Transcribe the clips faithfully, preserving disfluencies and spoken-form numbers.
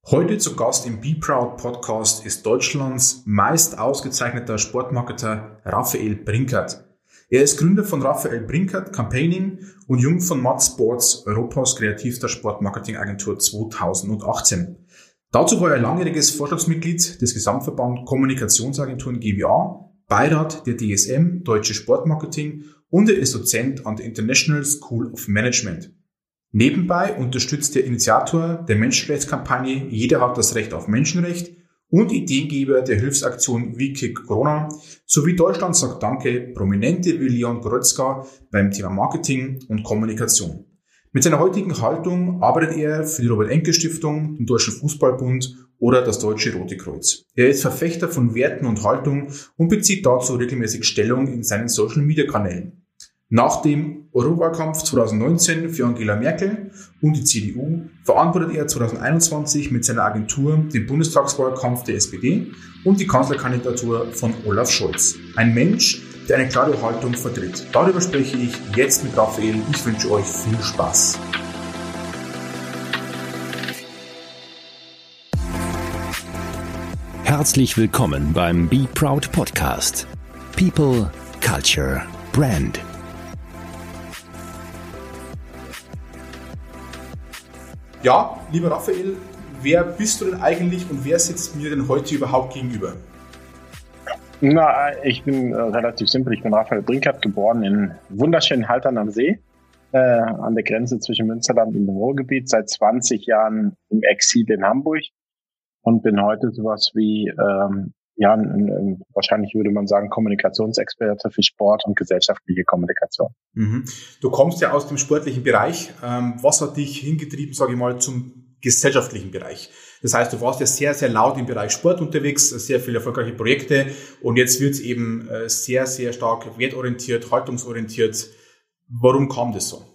Heute zu Gast im Be Proud Podcast ist Deutschlands meist ausgezeichneter Sportmarketer Raphael Brinkert. Er ist Gründer von Raphael Brinkert Campaigning und Jung von Matt Sports, Europas kreativster Sportmarketingagentur zweitausendachtzehn. Dazu war er langjähriges Vorstandsmitglied des Gesamtverband Kommunikationsagenturen G B A, Beirat der D S M, Deutsche Sportmarketing, und er ist Dozent an der International School of Management. Nebenbei unterstützt der Initiator der Menschenrechtskampagne Jeder hat das Recht auf Menschenrecht und Ideengeber der Hilfsaktion We Kick Corona sowie Deutschland sagt Danke Prominente wie Leon Goretzka beim Thema Marketing und Kommunikation. Mit seiner heutigen Haltung arbeitet er für die Robert-Enke-Stiftung, den Deutschen Fußballbund oder das Deutsche Rote Kreuz. Er ist Verfechter von Werten und Haltung und bezieht dazu regelmäßig Stellung in seinen Social-Media-Kanälen. Nach dem Europawahlkampf zweitausendneunzehn für Angela Merkel und die C D U verantwortet er zweitausendeinundzwanzig mit seiner Agentur den Bundestagswahlkampf der S P D und die Kanzlerkandidatur von Olaf Scholz. Ein Mensch, der eine klare Haltung vertritt. Darüber spreche ich jetzt mit Raphael. Ich wünsche euch viel Spaß. Herzlich willkommen beim Be Proud Podcast. People, Culture, Brand. Ja, lieber Raphael, wer bist du denn eigentlich und wer sitzt mir denn heute überhaupt gegenüber? Na, ich bin äh, relativ simpel. Ich bin Raphael Brinkert, geboren in wunderschönen Haltern am See, äh, an der Grenze zwischen Münsterland und dem Ruhrgebiet, seit zwanzig Jahren im Exil in Hamburg und bin heute sowas wie, ähm, ja, ein, ein, wahrscheinlich würde man sagen, Kommunikationsexperte für Sport und gesellschaftliche Kommunikation. Mhm. Du kommst ja aus dem sportlichen Bereich. Ähm, was hat dich hingetrieben, sage ich mal, zum gesellschaftlichen Bereich? Das heißt, du warst ja sehr, sehr laut im Bereich Sport unterwegs, sehr viele erfolgreiche Projekte und jetzt wird es eben sehr, sehr stark wertorientiert, haltungsorientiert. Warum kam das so?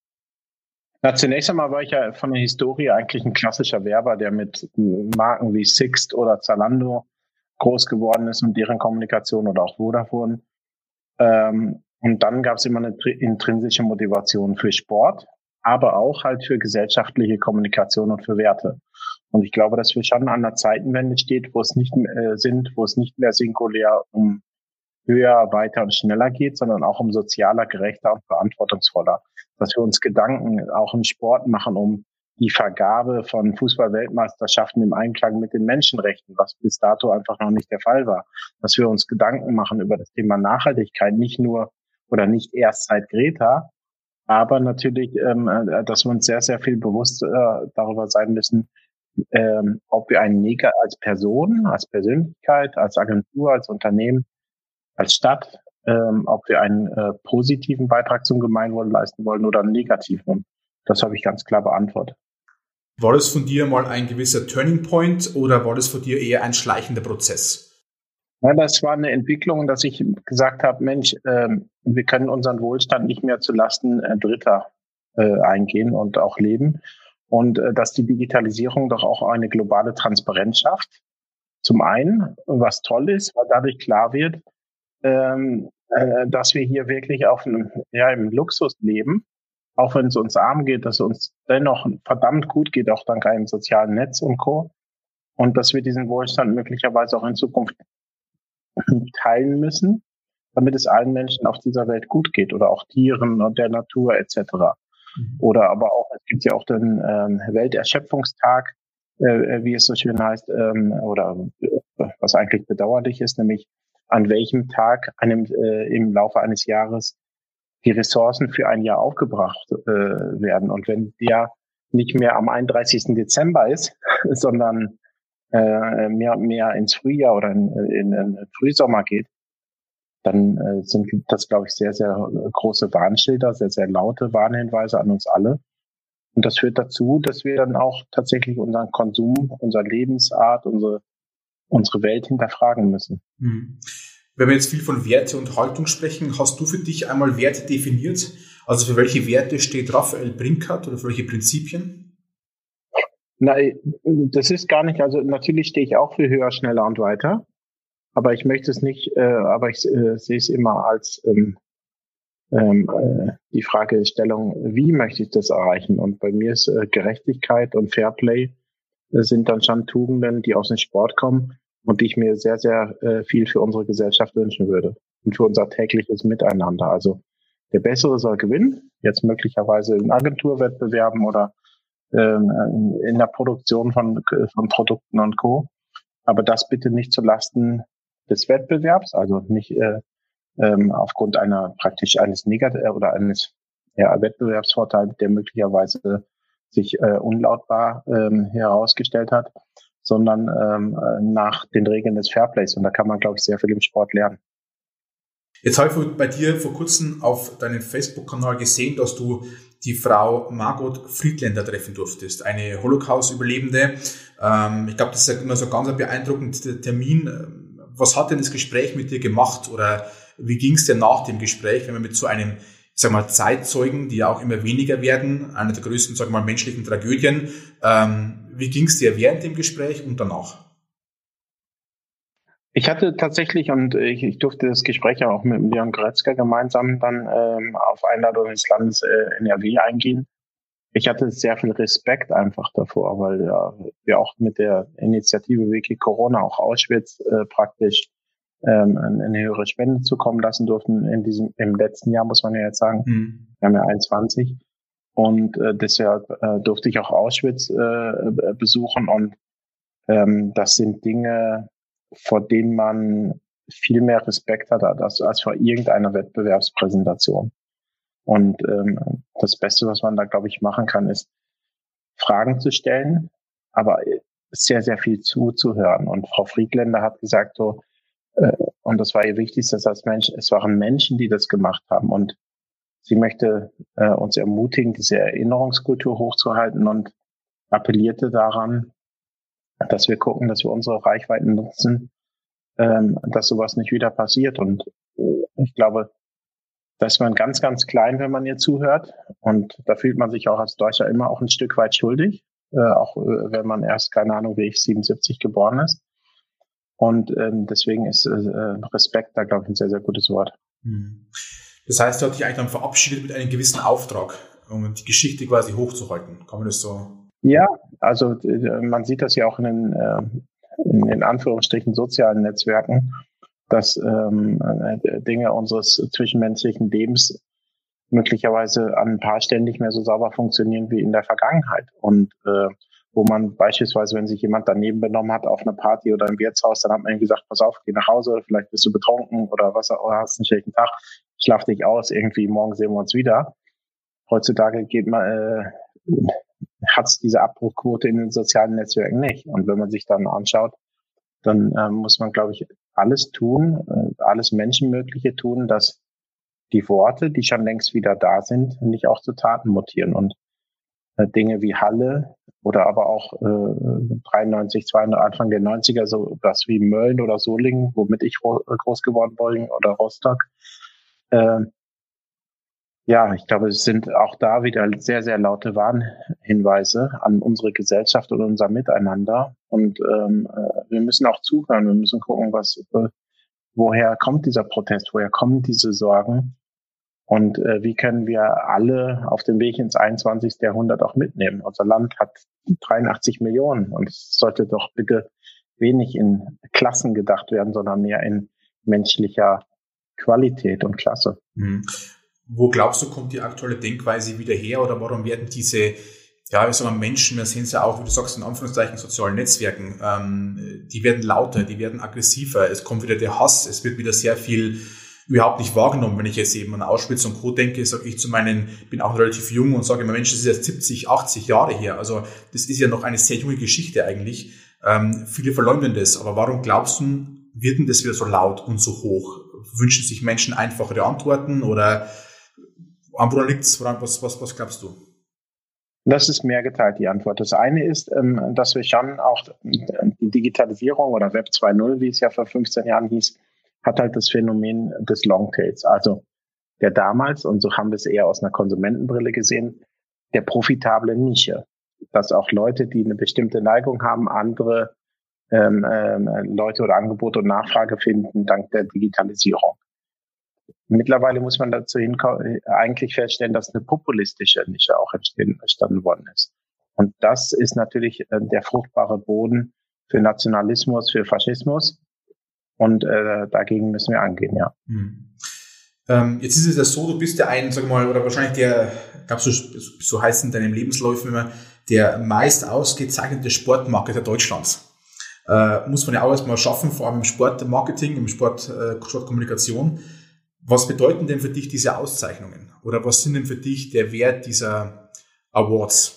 Na, zunächst einmal war ich ja von der Historie eigentlich ein klassischer Werber, der mit Marken wie Sixt oder Zalando groß geworden ist und deren Kommunikation oder auch Vodafone. Ähm, und dann gab es immer eine intrinsische Motivation für Sport, aber auch halt für gesellschaftliche Kommunikation und für Werte. Und ich glaube, dass wir schon an einer Zeitenwende steht, wo es nicht äh, sind, wo es nicht mehr singulär um höher, weiter und schneller geht, sondern auch um sozialer, gerechter und verantwortungsvoller. Dass wir uns Gedanken auch im Sport machen um die Vergabe von Fußball-Weltmeisterschaften im Einklang mit den Menschenrechten, was bis dato einfach noch nicht der Fall war. Dass wir uns Gedanken machen über das Thema Nachhaltigkeit, nicht nur oder nicht erst seit Greta, aber natürlich, ähm, dass wir uns sehr, sehr viel bewusst äh, darüber sein müssen, ähm, ob wir einen Neger als Person, als Persönlichkeit, als Agentur, als Unternehmen, als Stadt, ähm, ob wir einen äh, positiven Beitrag zum Gemeinwohl leisten wollen oder einen negativen. Das habe ich ganz klar beantwortet. War das von dir mal ein gewisser Turning Point oder war das von dir eher ein schleichender Prozess? Ja, das war eine Entwicklung, dass ich gesagt habe, Mensch, ähm, wir können unseren Wohlstand nicht mehr zu Lasten äh, Dritter äh, eingehen und auch leben. Und äh, dass die Digitalisierung doch auch eine globale Transparenz schafft. Zum einen, was toll ist, weil dadurch klar wird, ähm, äh, dass wir hier wirklich auf einem, ja, im Luxus leben, auch wenn es uns arm geht, dass es uns dennoch verdammt gut geht, auch dank einem sozialen Netz und Co. Und dass wir diesen Wohlstand möglicherweise auch in Zukunft teilen müssen, damit es allen Menschen auf dieser Welt gut geht oder auch Tieren und der Natur et cetera. Mhm. Oder aber auch, es gibt ja auch den ähm, Welterschöpfungstag, äh, wie es so schön heißt, ähm, oder äh, was eigentlich bedauerlich ist, nämlich an welchem Tag einem, äh, im Laufe eines Jahres die Ressourcen für ein Jahr aufgebracht äh, werden. Und wenn der nicht mehr am einunddreißigsten Dezember ist, sondern äh, mehr mehr ins Frühjahr oder in, in, in Frühsommer geht, dann äh, sind das, glaube ich, sehr, sehr große Warnschilder, sehr, sehr laute Warnhinweise an uns alle. Und das führt dazu, dass wir dann auch tatsächlich unseren Konsum, unsere Lebensart, unsere, unsere Welt hinterfragen müssen. Mhm. Wenn wir jetzt viel von Werte und Haltung sprechen, hast du für dich einmal Werte definiert? Also für welche Werte steht Raphael Brinkert oder für welche Prinzipien? Nein, das ist gar nicht, also natürlich stehe ich auch für höher, schneller und weiter, aber ich möchte es nicht, äh, aber ich äh, sehe es immer als ähm, ähm, äh, die Fragestellung, wie möchte ich das erreichen? Und bei mir ist äh, Gerechtigkeit und Fairplay Das sind dann schon Tugenden, die aus dem Sport kommen und die ich mir sehr, sehr äh, viel für unsere Gesellschaft wünschen würde und für unser tägliches Miteinander. Also der Bessere soll gewinnen, jetzt möglicherweise in Agenturwettbewerben oder ähm, in der Produktion von, von Produkten und Co. Aber das bitte nicht zu Lasten des Wettbewerbs, also nicht äh, ähm, aufgrund einer praktisch eines Negat- oder eines ja, Wettbewerbsvorteils, der möglicherweise sich äh, unlautbar ähm, herausgestellt hat, sondern ähm, nach den Regeln des Fairplays. Und da kann man, glaube ich, sehr viel im Sport lernen. Jetzt habe ich bei dir vor kurzem auf deinem Facebook-Kanal gesehen, dass du die Frau Margot Friedländer treffen durftest, eine Holocaust-Überlebende. Ähm, ich glaube, das ist immer so ein ganz beeindruckender Termin. Was hat denn das Gespräch mit dir gemacht oder wie ging es dir nach dem Gespräch, wenn man mit so einem, sag mal, Zeitzeugen, die ja auch immer weniger werden, einer der größten, sag mal, menschlichen Tragödien, ähm, wie ging es dir während dem Gespräch und danach? Ich hatte tatsächlich, und ich, ich durfte das Gespräch ja auch mit Leon Goretzka gemeinsam dann ähm, auf Einladung des Landes äh, N R W eingehen. Ich hatte sehr viel Respekt einfach davor, weil ja, wir auch mit der Initiative Wiki Corona auch Auschwitz äh, praktisch ähm, eine höhere Spende zukommen lassen durften in diesem im letzten Jahr, muss man ja jetzt sagen. Mhm. Wir haben ja einundzwanzig. Und äh, deshalb äh, durfte ich auch Auschwitz äh, besuchen. Und ähm, das sind Dinge, vor denen man viel mehr Respekt hat als, als vor irgendeiner Wettbewerbspräsentation. Und ähm, das Beste, was man da, glaube ich, machen kann, ist Fragen zu stellen, aber sehr, sehr viel zuzuhören. Und Frau Friedländer hat gesagt, so, äh, und das war ihr Wichtigstes als Mensch, es waren Menschen, die das gemacht haben. Und sie möchte äh, uns ermutigen, diese Erinnerungskultur hochzuhalten und appellierte daran, dass wir gucken, dass wir unsere Reichweiten nutzen, ähm, dass sowas nicht wieder passiert. Und äh, ich glaube, da ist man ganz, ganz klein, wenn man ihr zuhört. Und da fühlt man sich auch als Deutscher immer auch ein Stück weit schuldig, äh, auch äh, wenn man erst, keine Ahnung, wie ich, siebenundsiebzig geboren ist. Und ähm, deswegen ist äh, Respekt da, glaube ich, ein sehr, sehr gutes Wort. Das heißt, du hast dich eigentlich dann verabschiedet mit einem gewissen Auftrag, um die Geschichte quasi hochzuhalten. Kann man das so? Ja, also äh, man sieht das ja auch in den, äh, in den Anführungsstrichen sozialen Netzwerken, dass ähm, Dinge unseres zwischenmenschlichen Lebens möglicherweise an ein paar Stellen nicht mehr so sauber funktionieren wie in der Vergangenheit. Und äh, wo man beispielsweise, wenn sich jemand daneben benommen hat auf einer Party oder im Wirtshaus, dann hat man ihm gesagt, pass auf, geh nach Hause, vielleicht bist du betrunken oder was, oder hast einen schlechten Tag, schlaf dich aus, irgendwie morgen sehen wir uns wieder. Heutzutage geht man, äh, hat es diese Abbruchquote in den sozialen Netzwerken nicht. Und wenn man sich dann anschaut, dann äh, muss man, glaube ich, alles tun, äh, alles Menschenmögliche tun, dass die Worte, die schon längst wieder da sind, nicht auch zu Taten mutieren. Und äh, Dinge wie Halle oder aber auch äh, dreiundneunzig, zweihundert, Anfang der neunziger, so was wie Mölln oder Solingen, womit ich ro- groß geworden bin, oder Rostock. Äh, ja, ich glaube, es sind auch da wieder sehr, sehr laute Warnhinweise an unsere Gesellschaft und unser Miteinander. Und ähm, wir müssen auch zuhören. Wir müssen gucken, was, äh, woher kommt dieser Protest, woher kommen diese Sorgen und äh, wie können wir alle auf dem Weg ins einundzwanzigsten Jahrhundert auch mitnehmen. Unser Land hat dreiundachtzig Millionen und es sollte doch bitte wenig in Klassen gedacht werden, sondern mehr in menschlicher Qualität und Klasse. Mhm. Wo glaubst du, kommt die aktuelle Denkweise wieder her oder warum werden diese, ja, ich sag mal, Menschen, wir sehen es ja auch, wie du sagst, in Anführungszeichen sozialen Netzwerken, ähm, die werden lauter, die werden aggressiver, es kommt wieder der Hass, es wird wieder sehr viel überhaupt nicht wahrgenommen. Wenn ich jetzt eben an Auschwitz und Co. denke, sage ich zu meinen, bin auch relativ jung und sage immer, Mensch, das ist jetzt siebzig, achtzig Jahre her, also das ist ja noch eine sehr junge Geschichte eigentlich. Ähm, viele verleugnen das, aber warum glaubst du, wird denn das wieder so laut und so hoch? Wünschen sich Menschen einfachere Antworten oder woran liegt's? Was, was, was glaubst du? Das ist mehr geteilt, die Antwort. Das eine ist, ähm, dass wir schon auch die Digitalisierung oder Web zwei Punkt null, wie es ja vor fünfzehn Jahren hieß, hat halt das Phänomen des Longtails. Also der damals, und so haben wir es eher aus einer Konsumentenbrille gesehen, der profitable Nische. Dass auch Leute, die eine bestimmte Neigung haben, andere ähm, ähm, Leute oder Angebote und Nachfrage finden dank der Digitalisierung. Mittlerweile muss man dazu hinkommen, eigentlich feststellen, dass eine populistische Nische auch entstanden worden ist. Und das ist natürlich äh, der fruchtbare Boden für Nationalismus, für Faschismus. Und äh, dagegen müssen wir angehen, ja. Hm. Ähm, jetzt ist es ja so, du bist ja ein, sag mal, oder wahrscheinlich der, glaubst du, so heißt in deinem Lebensläufen immer, der meist ausgezeichnete Sportmarketer Deutschlands. Äh, muss man ja auch erstmal schaffen, vor allem im Sportmarketing, im Sport, äh, Sportkommunikation. Was bedeuten denn für dich diese Auszeichnungen? Oder was sind denn für dich der Wert dieser Awards?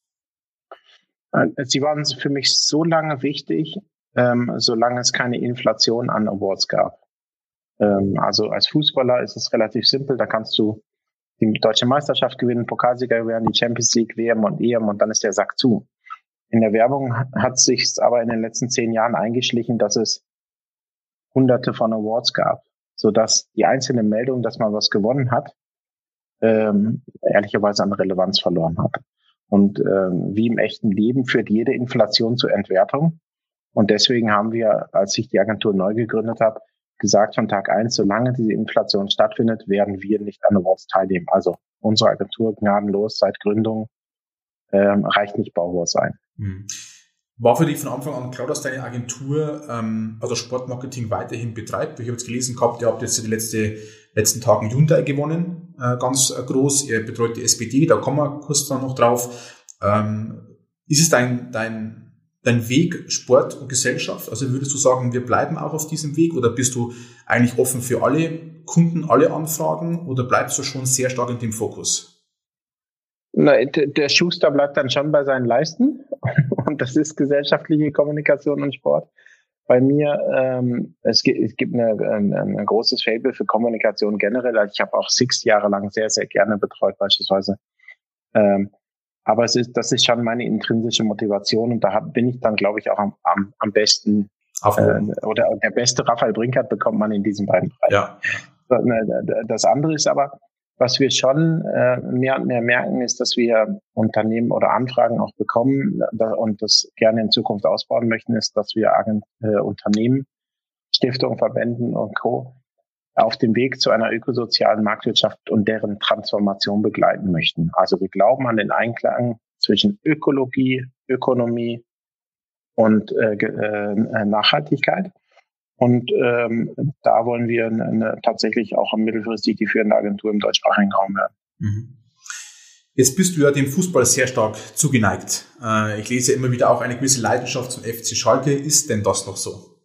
Sie waren für mich so lange wichtig, ähm, solange es keine Inflation an Awards gab. Ähm, also als Fußballer ist es relativ simpel, da kannst du die deutsche Meisterschaft gewinnen, Pokalsieger werden, die Champions League, W M und E M und dann ist der Sack zu. In der Werbung hat sich aber in den letzten zehn Jahren eingeschlichen, dass es hunderte von Awards gab, sodass die einzelne Meldung, dass man was gewonnen hat, ähm, ehrlicherweise an Relevanz verloren hat. Und ähm, wie im echten Leben führt jede Inflation zur Entwertung. Und deswegen haben wir, als ich die Agentur neu gegründet habe, gesagt von Tag eins, solange diese Inflation stattfindet, werden wir nicht an Awards teilnehmen. Also unsere Agentur gnadenlos seit Gründung ähm, reicht nicht bei Awards ein. Hm. War für dich von Anfang an klar, dass deine Agentur ähm, also Sportmarketing weiterhin betreibt? Ich habe jetzt gelesen gehabt, ihr habt jetzt die letzte, letzten Tagen Hyundai gewonnen, äh, ganz äh, groß. Ihr betreut die S P D, da kommen wir kurz dann noch drauf. Ähm, ist es dein, dein, dein Weg Sport und Gesellschaft? Also würdest du sagen, wir bleiben auch auf diesem Weg? Oder bist du eigentlich offen für alle Kunden, alle Anfragen? Oder bleibst du schon sehr stark in dem Fokus? Na, der Schuster bleibt dann schon bei seinen Leisten. Und das ist gesellschaftliche Kommunikation und Sport. Bei mir, ähm, es gibt, es gibt eine, ein, ein großes Faible für Kommunikation generell. Also ich habe auch Six Jahre lang sehr, sehr gerne betreut beispielsweise. Ähm, aber es ist, das ist schon meine intrinsische Motivation und da hab, bin ich dann, glaube ich, auch am, am, am besten äh, oder der beste Raphael Brinkert bekommt man in diesen beiden Bereichen. Ja. Das andere ist aber, was wir schon äh, mehr und mehr merken, ist, dass wir Unternehmen oder Anfragen auch bekommen da, und das gerne in Zukunft ausbauen möchten, ist, dass wir Agent, äh, Unternehmen, Stiftungen, Verbänden und Co. auf dem Weg zu einer ökosozialen Marktwirtschaft und deren Transformation begleiten möchten. Also wir glauben an den Einklang zwischen Ökologie, Ökonomie und äh, äh, Nachhaltigkeit. Und ähm, da wollen wir eine, eine, tatsächlich auch mittelfristig die führende Agentur im deutschsprachigen Raum werden. Mhm. Jetzt bist du ja dem Fußball sehr stark zugeneigt. Äh, ich lese immer wieder auch eine gewisse Leidenschaft zum F C Schalke. Ist denn das noch so?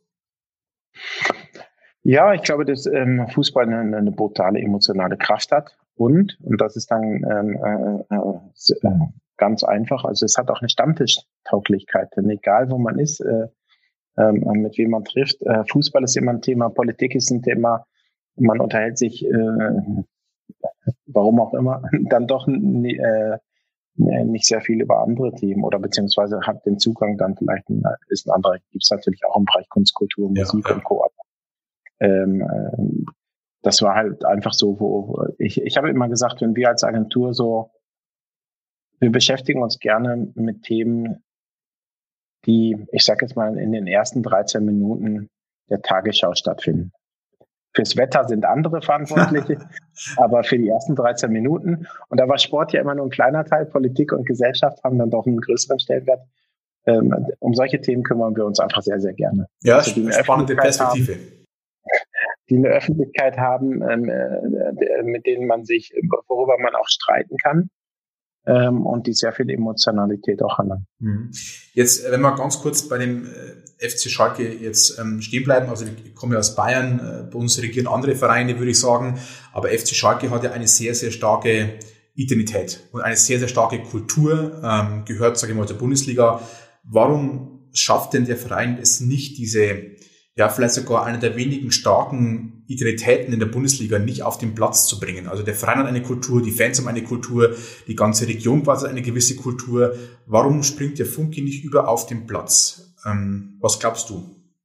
Ja, ich glaube, dass ähm, Fußball eine, eine brutale emotionale Kraft hat. Und, und das ist dann ähm, äh, äh, ganz einfach, also es hat auch eine Stammtischtauglichkeit. Denn egal, wo man ist, äh, Ähm, mit wem man trifft. Äh, Fußball ist immer ein Thema, Politik ist ein Thema. Man unterhält sich, äh, warum auch immer, dann doch äh, nicht sehr viel über andere Themen oder beziehungsweise hat den Zugang dann vielleicht, ein, ist ein anderer, gibt es natürlich auch im Bereich Kunst, Kultur, Musik ja, ja. und Co. Ähm, äh, das war halt einfach so, wo ich, ich habe immer gesagt, wenn wir als Agentur so, wir beschäftigen uns gerne mit Themen, die, ich sage jetzt mal, in den ersten dreizehn Minuten der Tagesschau stattfinden. Fürs Wetter sind andere Verantwortliche, aber für die ersten dreizehn Minuten, und da war Sport ja immer nur ein kleiner Teil, Politik und Gesellschaft haben dann doch einen größeren Stellenwert. Ähm, um solche Themen kümmern wir uns einfach sehr, sehr gerne. Ja, also die spannende Perspektive. Haben, die eine Öffentlichkeit haben, ähm, äh, mit denen man sich, worüber man auch streiten kann. Ähm, und die sehr viel Emotionalität auch haben. Jetzt, wenn wir ganz kurz bei dem äh, F C Schalke jetzt ähm, stehen bleiben, also ich komme ja aus Bayern, äh, bei uns regieren andere Vereine, würde ich sagen, aber F C Schalke hat ja eine sehr, sehr starke Identität und eine sehr, sehr starke Kultur, ähm, gehört, sage ich mal, zur Bundesliga. Warum schafft denn der Verein es nicht, diese, ja, vielleicht sogar eine der wenigen starken Identitäten in der Bundesliga nicht auf den Platz zu bringen? Also der Verein hat eine Kultur, die Fans haben eine Kultur, die ganze Region quasi eine gewisse Kultur. Warum springt der Funke nicht über auf den Platz? Ähm, was glaubst du?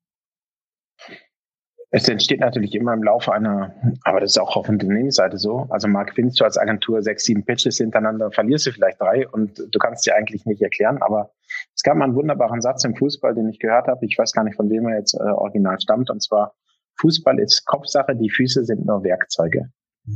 Es entsteht natürlich immer im Laufe einer, aber das ist auch auf Unternehmensseite so. Also mal gewinnst du als Agentur sechs, sieben Pitches hintereinander, verlierst du vielleicht drei und du kannst dir eigentlich nicht erklären. Aber es gab mal einen wunderbaren Satz im Fußball, den ich gehört habe. Ich weiß gar nicht, von wem er jetzt äh, original stammt. Und zwar, Fußball ist Kopfsache, die Füße sind nur Werkzeuge. Mhm.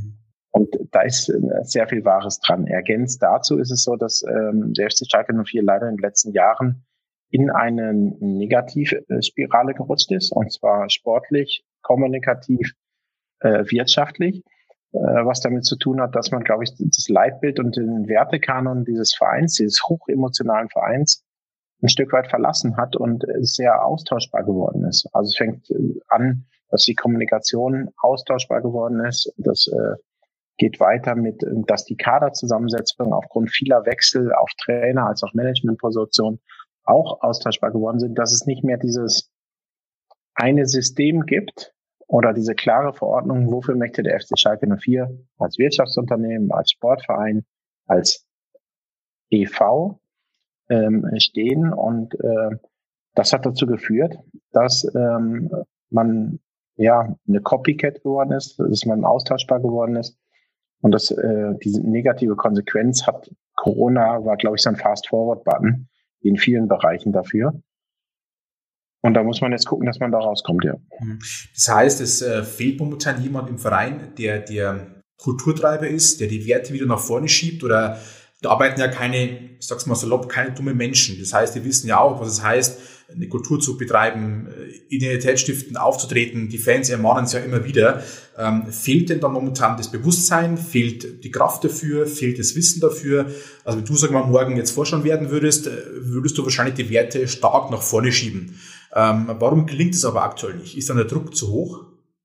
Und da ist sehr viel Wahres dran. Ergänzt dazu ist es so, dass ähm, der F C Schalke null vier leider in den letzten Jahren in eine Negativspirale gerutscht ist, und zwar sportlich, kommunikativ, äh, wirtschaftlich, äh, was damit zu tun hat, dass man, glaube ich, das Leitbild und den Wertekanon dieses Vereins, dieses hochemotionalen Vereins, ein Stück weit verlassen hat und sehr austauschbar geworden ist. Also es fängt an, dass die Kommunikation austauschbar geworden ist. Das äh, geht weiter mit, dass die Kaderzusammensetzung aufgrund vieler Wechsel auf Trainer als auch Managementpositionen auch austauschbar geworden sind, dass es nicht mehr dieses eine System gibt oder diese klare Verordnung, wofür möchte der F C Schalke null vier als Wirtschaftsunternehmen, als Sportverein, als E V ähm, stehen. Und äh, das hat dazu geführt, dass ähm, man ja eine Copycat geworden ist, dass man austauschbar geworden ist. Und das, äh, diese negative Konsequenz hat Corona, war, glaube ich, so ein Fast-Forward-Button in vielen Bereichen dafür. Und da muss man jetzt gucken, dass man da rauskommt, ja. Das heißt, es äh, fehlt momentan jemand im Verein, der der Kulturtreiber ist, der die Werte wieder nach vorne schiebt, oder da arbeiten ja keine, ich sag's mal salopp, keine dummen Menschen. Das heißt, die wissen ja auch, was es heißt, eine Kultur zu betreiben, identitätsstiftend aufzutreten. Die Fans ermahnen es ja immer wieder. Ähm, fehlt denn da momentan das Bewusstsein? Fehlt die Kraft dafür? Fehlt das Wissen dafür? Also wenn du, sag mal, morgen jetzt Vorstand werden würdest, würdest du wahrscheinlich die Werte stark nach vorne schieben. Ähm, warum gelingt es aber aktuell nicht? Ist dann der Druck zu hoch?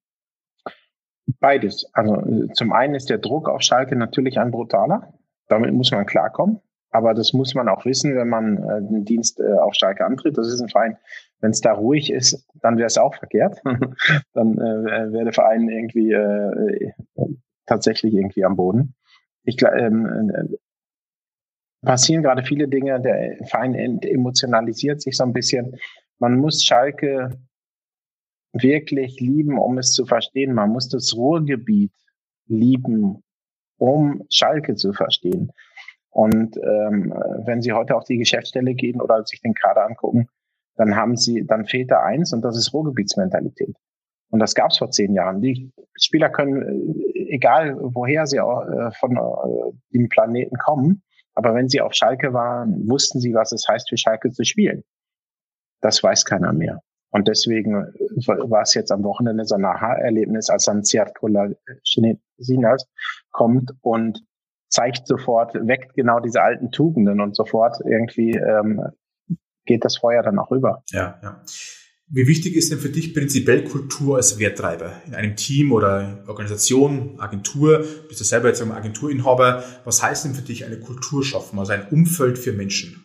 Beides. Also zum einen ist der Druck auf Schalke natürlich ein brutaler. Damit muss man klarkommen. Aber das muss man auch wissen, wenn man äh, den Dienst äh, auf Schalke antritt. Das ist ein Verein, wenn es da ruhig ist, dann wäre es auch verkehrt. Dann äh, wäre der Verein irgendwie äh, tatsächlich irgendwie am Boden. Ich ähm, äh, passieren gerade viele Dinge. Der Verein emotionalisiert sich so ein bisschen. Man muss Schalke wirklich lieben, um es zu verstehen. Man muss das Ruhrgebiet lieben, um Schalke zu verstehen. Und ähm, wenn Sie heute auf die Geschäftsstelle gehen oder sich den Kader angucken, dann haben Sie, dann fehlt da eins, und das ist Ruhrgebietsmentalität. Und das gab es vor zehn Jahren. Die Spieler können, egal woher sie auch, äh, von äh, dem Planeten kommen, aber wenn sie auf Schalke waren, wussten sie, was es heißt, für Schalke zu spielen. Das weiß keiner mehr. Und deswegen war es jetzt am Wochenende so ein Aha-Erlebnis, als dann Sead Kolasinac kommt und zeigt sofort, weckt genau diese alten Tugenden, und sofort irgendwie ähm, geht das Feuer dann auch rüber. Ja, ja. Wie wichtig ist denn für dich prinzipiell Kultur als Werttreiber? In einem Team oder Organisation, Agentur, du bist ja selber jetzt ein Agenturinhaber. Was heißt denn für dich eine Kultur schaffen, also ein Umfeld für Menschen?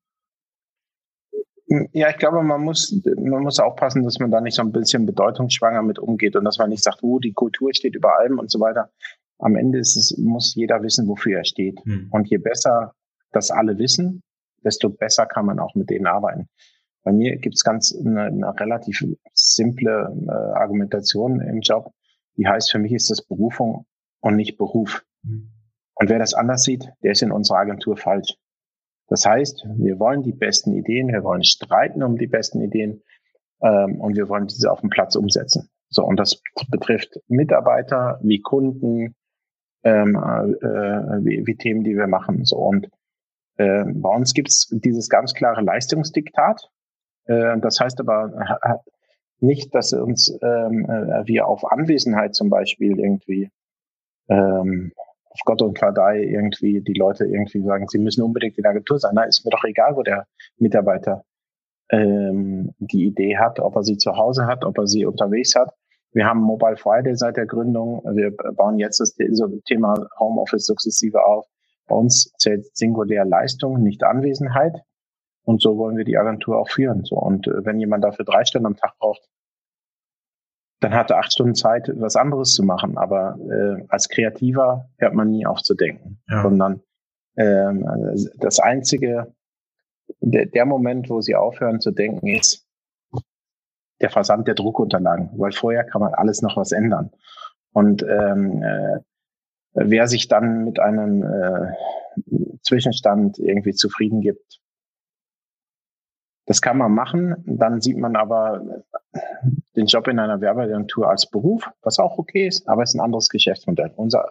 Ja, ich glaube, man muss, man muss aufpassen, dass man da nicht so ein bisschen bedeutungsschwanger mit umgeht und dass man nicht sagt, oh, die Kultur steht über allem und so weiter. Am Ende ist es, muss jeder wissen, wofür er steht. Hm. Und je besser das alle wissen, desto besser kann man auch mit denen arbeiten. Bei mir gibt es ganz eine, eine relativ simple äh, Argumentation im Job. Die heißt, für mich ist das Berufung und nicht Beruf. Hm. Und wer das anders sieht, der ist in unserer Agentur falsch. Das heißt, wir wollen die besten Ideen, wir wollen streiten um die besten Ideen ähm, und wir wollen diese auf dem Platz umsetzen. So, und das betrifft Mitarbeiter wie Kunden, ähm, äh, wie, wie Themen, die wir machen. So, und äh, bei uns gibt es dieses ganz klare Leistungsdiktat. Äh, das heißt aber äh, nicht, dass uns ähm, äh, wir auf Anwesenheit zum Beispiel irgendwie ähm, auf Gott und Verdei irgendwie die Leute irgendwie sagen, sie müssen unbedingt in der Agentur sein. Na, ist mir doch egal, wo der Mitarbeiter ähm, die Idee hat, ob er sie zu Hause hat, ob er sie unterwegs hat. Wir haben Mobile Friday seit der Gründung. Wir bauen jetzt das Thema Homeoffice sukzessive auf. Bei uns zählt singulär Leistung, nicht Anwesenheit. Und so wollen wir die Agentur auch führen. So, und äh, wenn jemand dafür drei Stunden am Tag braucht, dann hat er acht Stunden Zeit, was anderes zu machen. Aber äh, als Kreativer hört man nie auf zu denken, ja. Sondern ähm, das einzige, der, der Moment, wo sie aufhören zu denken, ist der Versand der Druckunterlagen, weil vorher kann man alles noch was ändern. Und ähm, äh, wer sich dann mit einem äh, Zwischenstand irgendwie zufrieden gibt, das kann man machen. Dann sieht man aber den Job in einer Werbeagentur als Beruf, was auch okay ist, aber es ist ein anderes Geschäftsmodell. Unser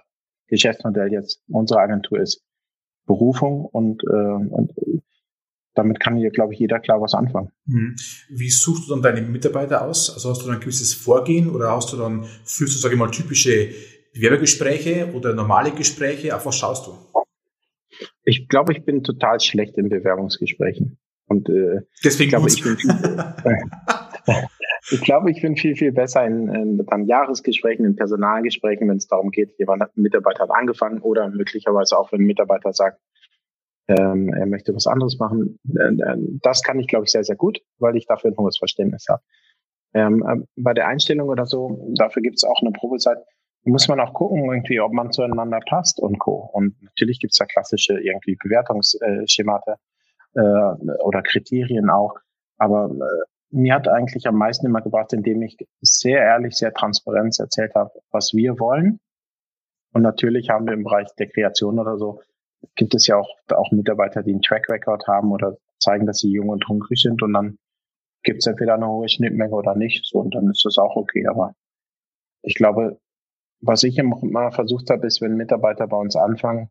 Geschäftsmodell jetzt unserer Agentur ist Berufung und, äh, und damit kann hier, glaube ich, jeder klar was anfangen. Wie suchst du dann deine Mitarbeiter aus? Also hast du dann ein gewisses Vorgehen oder hast du dann, führst du, sage ich mal, typische Bewerbergespräche oder normale Gespräche? Auf was schaust du? Ich glaube, ich bin total schlecht in Bewerbungsgesprächen. Und äh, deswegen ich glaube, ich bin, ich glaube, ich bin viel, viel besser in, in dann Jahresgesprächen, in Personalgesprächen, wenn es darum geht, jemand hat, ein Mitarbeiter hat angefangen oder möglicherweise auch, wenn ein Mitarbeiter sagt, ähm, er möchte was anderes machen. Äh, das kann ich, glaube ich, sehr, sehr gut, weil ich dafür ein hohes Verständnis habe. Ähm, bei der Einstellung oder so, dafür gibt es auch eine Probezeit, muss man auch gucken, irgendwie, ob man zueinander passt und Co. Und natürlich gibt es da klassische irgendwie Bewertungsschemata äh, oder Kriterien auch. Aber äh, mir hat eigentlich am meisten immer gebracht, indem ich sehr ehrlich, sehr transparent erzählt habe, was wir wollen. Und natürlich haben wir im Bereich der Kreation oder so, gibt es ja auch, auch Mitarbeiter, die einen Track Record haben oder zeigen, dass sie jung und hungrig sind. Und dann gibt es entweder eine hohe Schnittmenge oder nicht. So, und dann ist das auch okay. Aber ich glaube, was ich immer versucht habe, ist, wenn Mitarbeiter bei uns anfangen,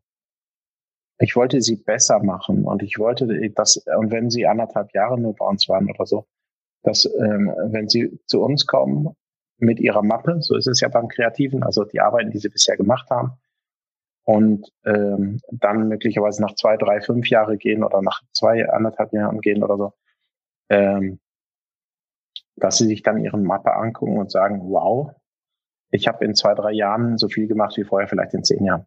ich wollte sie besser machen und ich wollte das, und wenn sie anderthalb Jahre nur bei uns waren oder so, dass ähm, wenn sie zu uns kommen mit ihrer Mappe, so ist es ja beim Kreativen, also die Arbeiten, die sie bisher gemacht haben, und ähm, dann möglicherweise nach zwei, drei, fünf Jahre gehen oder nach zwei, anderthalb Jahren gehen oder so, ähm, dass sie sich dann ihre Mappe angucken und sagen, wow, ich habe in zwei, drei Jahren so viel gemacht wie vorher vielleicht in zehn Jahren.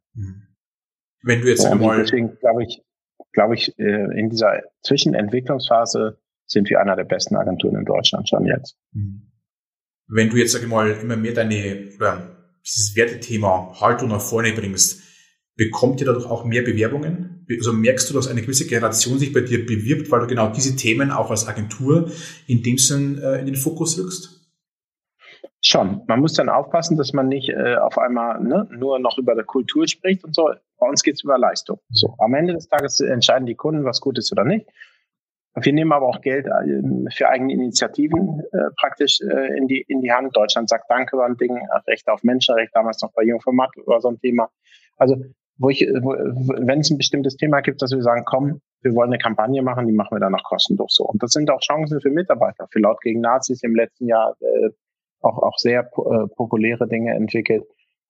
Wenn du jetzt so, einmal... Deswegen glaube ich, glaube ich, in dieser Zwischenentwicklungsphase sind wir einer der besten Agenturen in Deutschland schon jetzt. Wenn du jetzt, sag ich mal, immer mehr deine, oder dieses Wertethema Haltung nach vorne bringst, bekommt ihr dadurch auch mehr Bewerbungen? Also merkst du, dass eine gewisse Generation sich bei dir bewirbt, weil du genau diese Themen auch als Agentur in dem Sinn äh, in den Fokus rückst? Schon. Man muss dann aufpassen, dass man nicht äh, auf einmal ne, nur noch über die Kultur spricht und so. Bei uns geht es über Leistung. So, am Ende des Tages entscheiden die Kunden, was gut ist oder nicht. Wir nehmen aber auch Geld äh, für eigene Initiativen äh, praktisch äh, in die in die Hand. Deutschland sagt Danke war ein Ding, Rechte auf Menschenrecht, damals noch bei Jungformat war so ein Thema. Also wo ich, wo, wenn es ein bestimmtes Thema gibt, dass wir sagen, komm, wir wollen eine Kampagne machen, die machen wir dann auch kostenlos so. Und das sind auch Chancen für Mitarbeiter. Für Laut gegen Nazis im letzten Jahr äh, auch auch sehr äh, populäre Dinge entwickelt.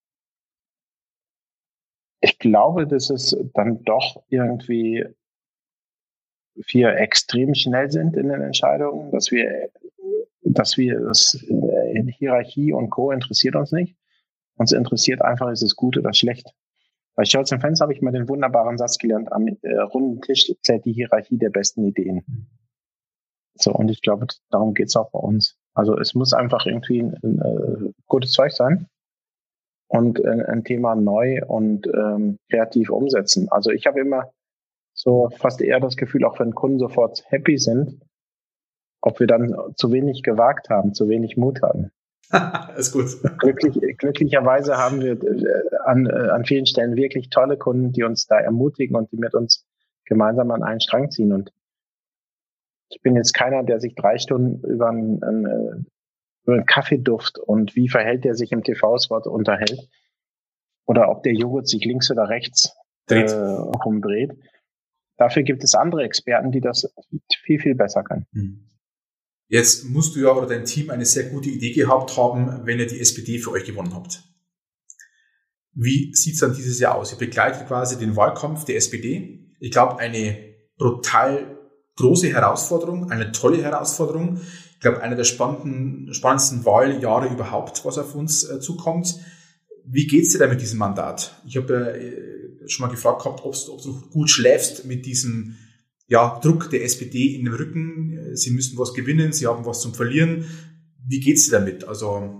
Ich glaube, dass es dann doch irgendwie wir extrem schnell sind in den Entscheidungen, dass wir, dass wir das in Hierarchie und Co. interessiert uns nicht. Uns interessiert einfach, ist es gut oder schlecht. Bei Scholz und Fans habe ich mal den wunderbaren Satz gelernt, am äh, runden Tisch zählt die Hierarchie der besten Ideen. So, und ich glaube, darum geht's auch bei uns. Also es muss einfach irgendwie ein, ein, ein gutes Zeug sein und ein, ein Thema neu und ähm, kreativ umsetzen. Also ich habe immer so fast eher das Gefühl, auch wenn Kunden sofort happy sind, ob wir dann zu wenig gewagt haben, zu wenig Mut hatten. Ist gut. Glücklich, glücklicherweise haben wir an, an vielen Stellen wirklich tolle Kunden, die uns da ermutigen und die mit uns gemeinsam an einen Strang ziehen. Und ich bin jetzt keiner, der sich drei Stunden über einen, einen, über einen Kaffeeduft und wie verhält der sich im T V-Spot unterhält oder ob der Joghurt sich links oder rechts äh, rumdreht. Dafür gibt es andere Experten, die das viel, viel besser können. Jetzt musst du ja oder dein Team eine sehr gute Idee gehabt haben, wenn ihr die S P D für euch gewonnen habt. Wie sieht's dann dieses Jahr aus? Ihr begleitet quasi den Wahlkampf der S P D. Ich glaube, eine brutal große Herausforderung, eine tolle Herausforderung. Ich glaube, einer der spannenden, spannendsten Wahljahre überhaupt, was auf uns äh, zukommt. Wie geht's dir da mit diesem Mandat? Ich habe äh, schon mal gefragt gehabt, ob du gut schläfst mit diesem ja, Druck der S P D in den Rücken. Sie müssen was gewinnen, sie haben was zum Verlieren. Wie geht's dir damit? Also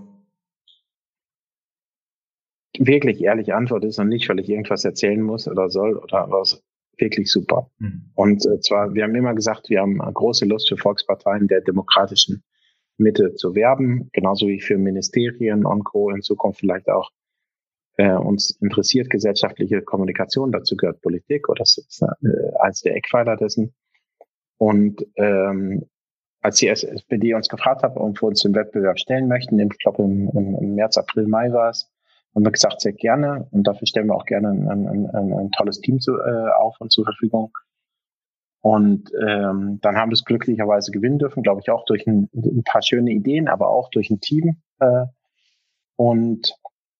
wirklich ehrliche Antwort ist noch nicht, weil ich irgendwas erzählen muss oder soll oder was. Wirklich super. Mhm. Und äh, zwar, wir haben immer gesagt, wir haben große Lust für Volksparteien der demokratischen Mitte zu werben, genauso wie für Ministerien und Co. in Zukunft vielleicht auch. Äh, uns interessiert gesellschaftliche Kommunikation, dazu gehört Politik, oder das ist äh, eins der Eckpfeiler dessen. Und ähm, als die S P D uns gefragt hat, ob wir uns im Wettbewerb stellen möchten, ich glaube im, im, im März, April, Mai war es, Haben wir gesagt, sehr gerne. Und dafür stellen wir auch gerne ein, ein, ein, ein tolles Team zu, äh, auf und zur Verfügung. Und ähm, dann haben wir es glücklicherweise gewinnen dürfen, glaube ich, auch durch ein, ein paar schöne Ideen, aber auch durch ein Team. Äh, und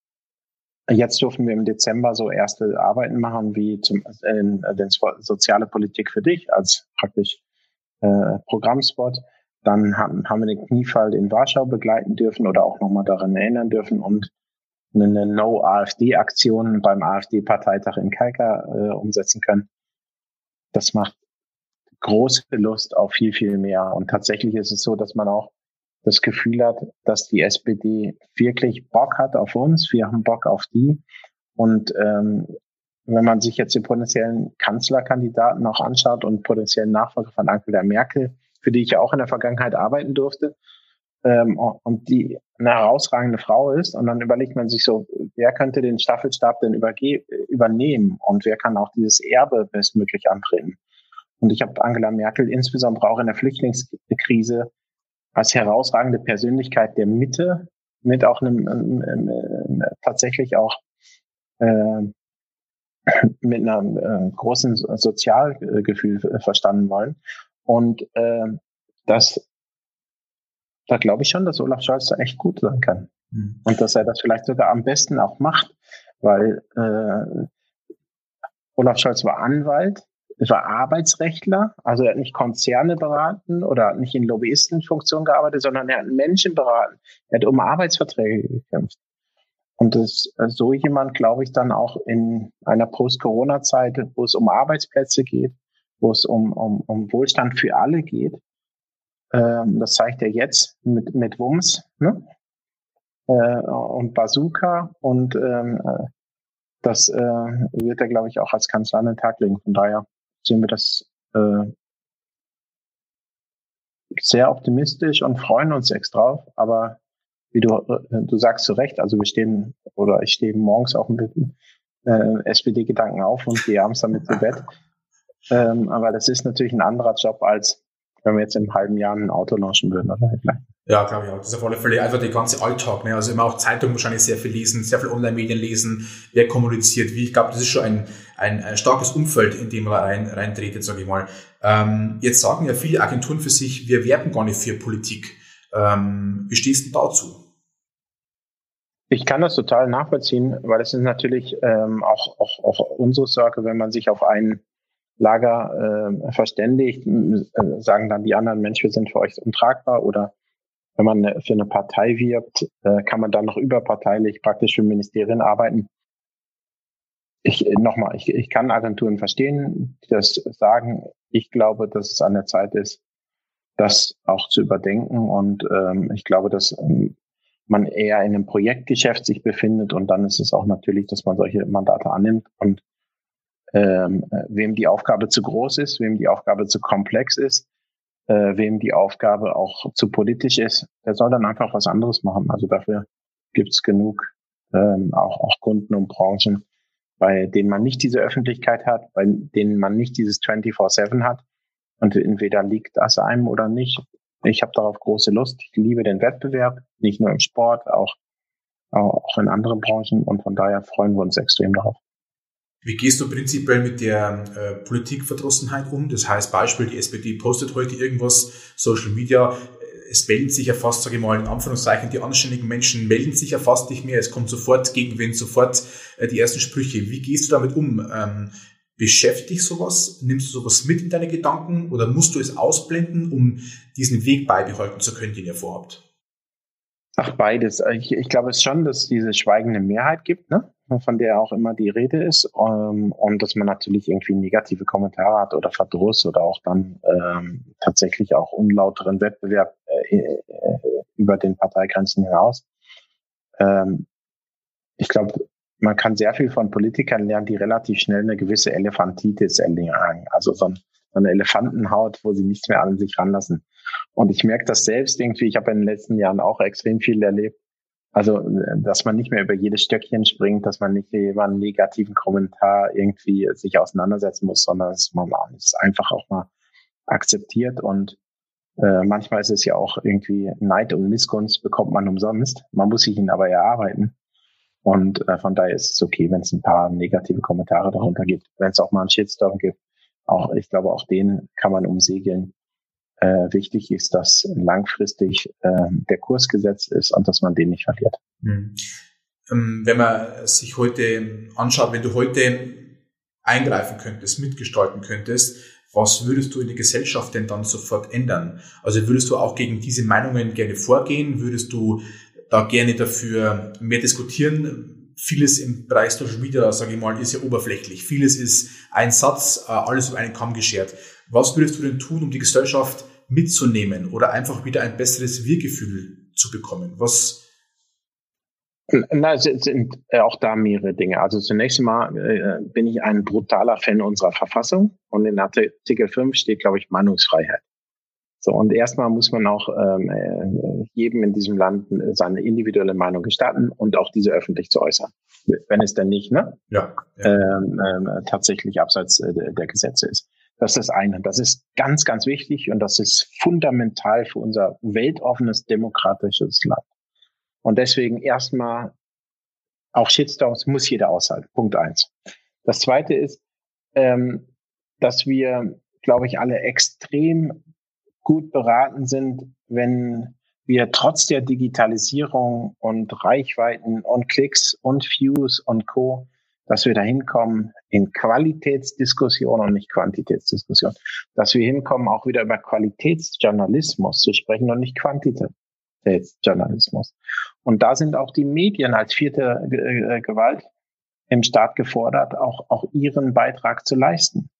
jetzt dürfen wir im Dezember so erste Arbeiten machen, wie zum äh, den Soziale Politik für dich als praktisch äh, Programmspot. Dann haben, haben wir den Kniefall in Warschau begleiten dürfen oder auch nochmal daran erinnern dürfen und eine No-AfD-Aktion beim AfD-Parteitag in Kalka äh, umsetzen können. Das macht große Lust auf viel, viel mehr. Und tatsächlich ist es so, dass man auch das Gefühl hat, dass die S P D wirklich Bock hat auf uns. Wir haben Bock auf die. Und ähm, wenn man sich jetzt den potenziellen Kanzlerkandidaten auch anschaut und potenziellen Nachfolger von Angela Merkel, für die ich ja auch in der Vergangenheit arbeiten durfte, ähm, und die eine herausragende Frau ist, und dann überlegt man sich so, wer könnte den Staffelstab denn überge- übernehmen und wer kann auch dieses Erbe bestmöglich antreten. Und ich habe Angela Merkel insbesondere auch in der Flüchtlingskrise als herausragende Persönlichkeit der Mitte mit auch einem, einem, einem, einem tatsächlich auch äh, mit einem äh, großen Sozialgefühl äh, verstanden wollen. Und äh, das, da glaube ich schon, dass Olaf Scholz da echt gut sein kann. Mhm. Und dass er das vielleicht sogar am besten auch macht, weil äh, Olaf Scholz war Anwalt, er war Arbeitsrechtler, also er hat nicht Konzerne beraten oder nicht in Lobbyistenfunktion gearbeitet, sondern er hat Menschen beraten. Er hat um Arbeitsverträge gekämpft. Und das, so jemand, glaube ich, dann auch in einer Post-Corona-Zeit, wo es um Arbeitsplätze geht, wo es um, um, um Wohlstand für alle geht, ähm, das zeigt er jetzt mit, mit Wumms, ne? äh, und Bazooka, und ähm, das äh, wird er, glaube ich, auch als Kanzler an den Tag legen. Von daher sehen wir das äh, sehr optimistisch und freuen uns extra drauf. Aber wie du du sagst zu Recht, also wir stehen, oder ich stehe morgens auch mit äh, S P D-Gedanken auf und gehe abends damit zu Bett. Ähm, aber das ist natürlich ein anderer Job, als wenn wir jetzt im halben Jahr ein Auto launchen würden, oder? Ja, glaube ich auch. Das ist auf alle Fälle einfach der ganze Alltag. Ne? Also immer auch Zeitung wahrscheinlich sehr viel lesen, sehr viel Online-Medien lesen, wer kommuniziert wie. Ich glaube, das ist schon ein, ein, ein starkes Umfeld, in dem man rein, reintretet, sage ich mal. Ähm, jetzt sagen ja viele Agenturen für sich, wir werben gar nicht für Politik. Ähm, wie stehst du dazu? Ich kann das total nachvollziehen, weil es ist natürlich ähm, auch, auch, auch unsere Sorge, wenn man sich auf einen Lager äh, verständigt, äh, sagen dann die anderen, Mensch, wir sind für euch untragbar. Oder wenn man für eine Partei wirbt, äh, kann man dann noch überparteilich praktisch für Ministerien arbeiten. Ich nochmal, ich, ich kann Agenturen verstehen, die das sagen. Ich glaube, dass es an der Zeit ist, das auch zu überdenken. Und ähm, ich glaube, dass ähm, man eher in einem Projektgeschäft sich befindet. Und dann ist es auch natürlich, dass man solche Mandate annimmt. Und ähm, wem die Aufgabe zu groß ist, wem die Aufgabe zu komplex ist, äh, wem die Aufgabe auch zu politisch ist, der soll dann einfach was anderes machen. Also dafür gibt's genug ähm, auch, auch Kunden und Branchen, bei denen man nicht diese Öffentlichkeit hat, bei denen man nicht dieses vierundzwanzig sieben hat. Und entweder liegt das einem oder nicht. Ich habe darauf große Lust. Ich liebe den Wettbewerb, nicht nur im Sport, auch, auch in anderen Branchen. Und von daher freuen wir uns extrem darauf. Wie gehst du prinzipiell mit der äh, Politikverdrossenheit um? Das heißt, Beispiel, die S P D postet heute irgendwas, Social Media, es melden sich ja fast, sage ich mal, in Anführungszeichen, die anständigen Menschen melden sich ja fast nicht mehr, es kommt sofort Gegenwind, sofort äh, die ersten Sprüche. Wie gehst du damit um? Ähm, beschäftigt dich sowas? Nimmst du sowas mit in deine Gedanken oder musst du es ausblenden, um diesen Weg beibehalten zu können, den ihr vorhabt? Ach, beides. Ich, ich glaube es schon, dass es diese schweigende Mehrheit gibt, ne? Von der auch immer die Rede ist, um, und dass man natürlich irgendwie negative Kommentare hat oder Verdruss oder auch dann ähm, tatsächlich auch unlauteren Wettbewerb äh, äh, über den Parteigrenzen hinaus. Ähm, ich glaube, man kann sehr viel von Politikern lernen, die relativ schnell eine gewisse Elefantitis erlangen, also so, ein, so eine Elefantenhaut, wo sie nichts mehr an sich ranlassen. Und ich merke das selbst irgendwie, ich habe in den letzten Jahren auch extrem viel erlebt, also dass man nicht mehr über jedes Stöckchen springt, dass man nicht über einen negativen Kommentar irgendwie sich auseinandersetzen muss, sondern dass man es einfach auch mal akzeptiert. Und äh, manchmal ist es ja auch irgendwie Neid und Missgunst bekommt man umsonst, man muss sich ihn aber erarbeiten. Und äh, von daher ist es okay, wenn es ein paar negative Kommentare darunter gibt, wenn es auch mal einen Shitstorm gibt. Auch, ich glaube, auch den kann man umsegeln. Äh, wichtig ist, dass langfristig äh, der Kurs gesetzt ist und dass man den nicht verliert. Mhm. Ähm, wenn man sich heute anschaut, wenn du heute eingreifen könntest, mitgestalten könntest, was würdest du in der Gesellschaft denn dann sofort ändern? Also würdest du auch gegen diese Meinungen gerne vorgehen? Würdest du da gerne dafür mehr diskutieren? Vieles im Bereich Social Media, sage ich mal, ist ja oberflächlich. Vieles ist ein Satz, alles über einen Kamm geschert. Was würdest du denn tun, um die Gesellschaft mitzunehmen oder einfach wieder ein besseres Wir-Gefühl zu bekommen? Was? Na, es sind auch da mehrere Dinge. Also zunächst einmal äh, bin ich ein brutaler Fan unserer Verfassung und in Artikel fünf steht, glaube ich, Meinungsfreiheit. So, und erstmal muss man auch ähm, jedem in diesem Land seine individuelle Meinung gestatten und auch diese öffentlich zu äußern. Wenn es denn nicht, ne? Ja. ja. Ähm, ähm, tatsächlich abseits äh, der Gesetze ist. Das ist das eine. Das ist ganz, ganz wichtig und das ist fundamental für unser weltoffenes, demokratisches Land. Und deswegen erstmal auch Shitstorms muss jeder aushalten. Punkt eins. Das zweite ist, ähm, dass wir, glaube ich, alle extrem gut beraten sind, wenn wir trotz der Digitalisierung und Reichweiten und Klicks und Views und Co., dass wir da hinkommen in Qualitätsdiskussion und nicht Quantitätsdiskussion. Dass wir hinkommen, auch wieder über Qualitätsjournalismus zu sprechen und nicht Quantitätsjournalismus. Und da sind auch die Medien als vierte G- Gewalt im Staat gefordert, auch, auch ihren Beitrag zu leisten.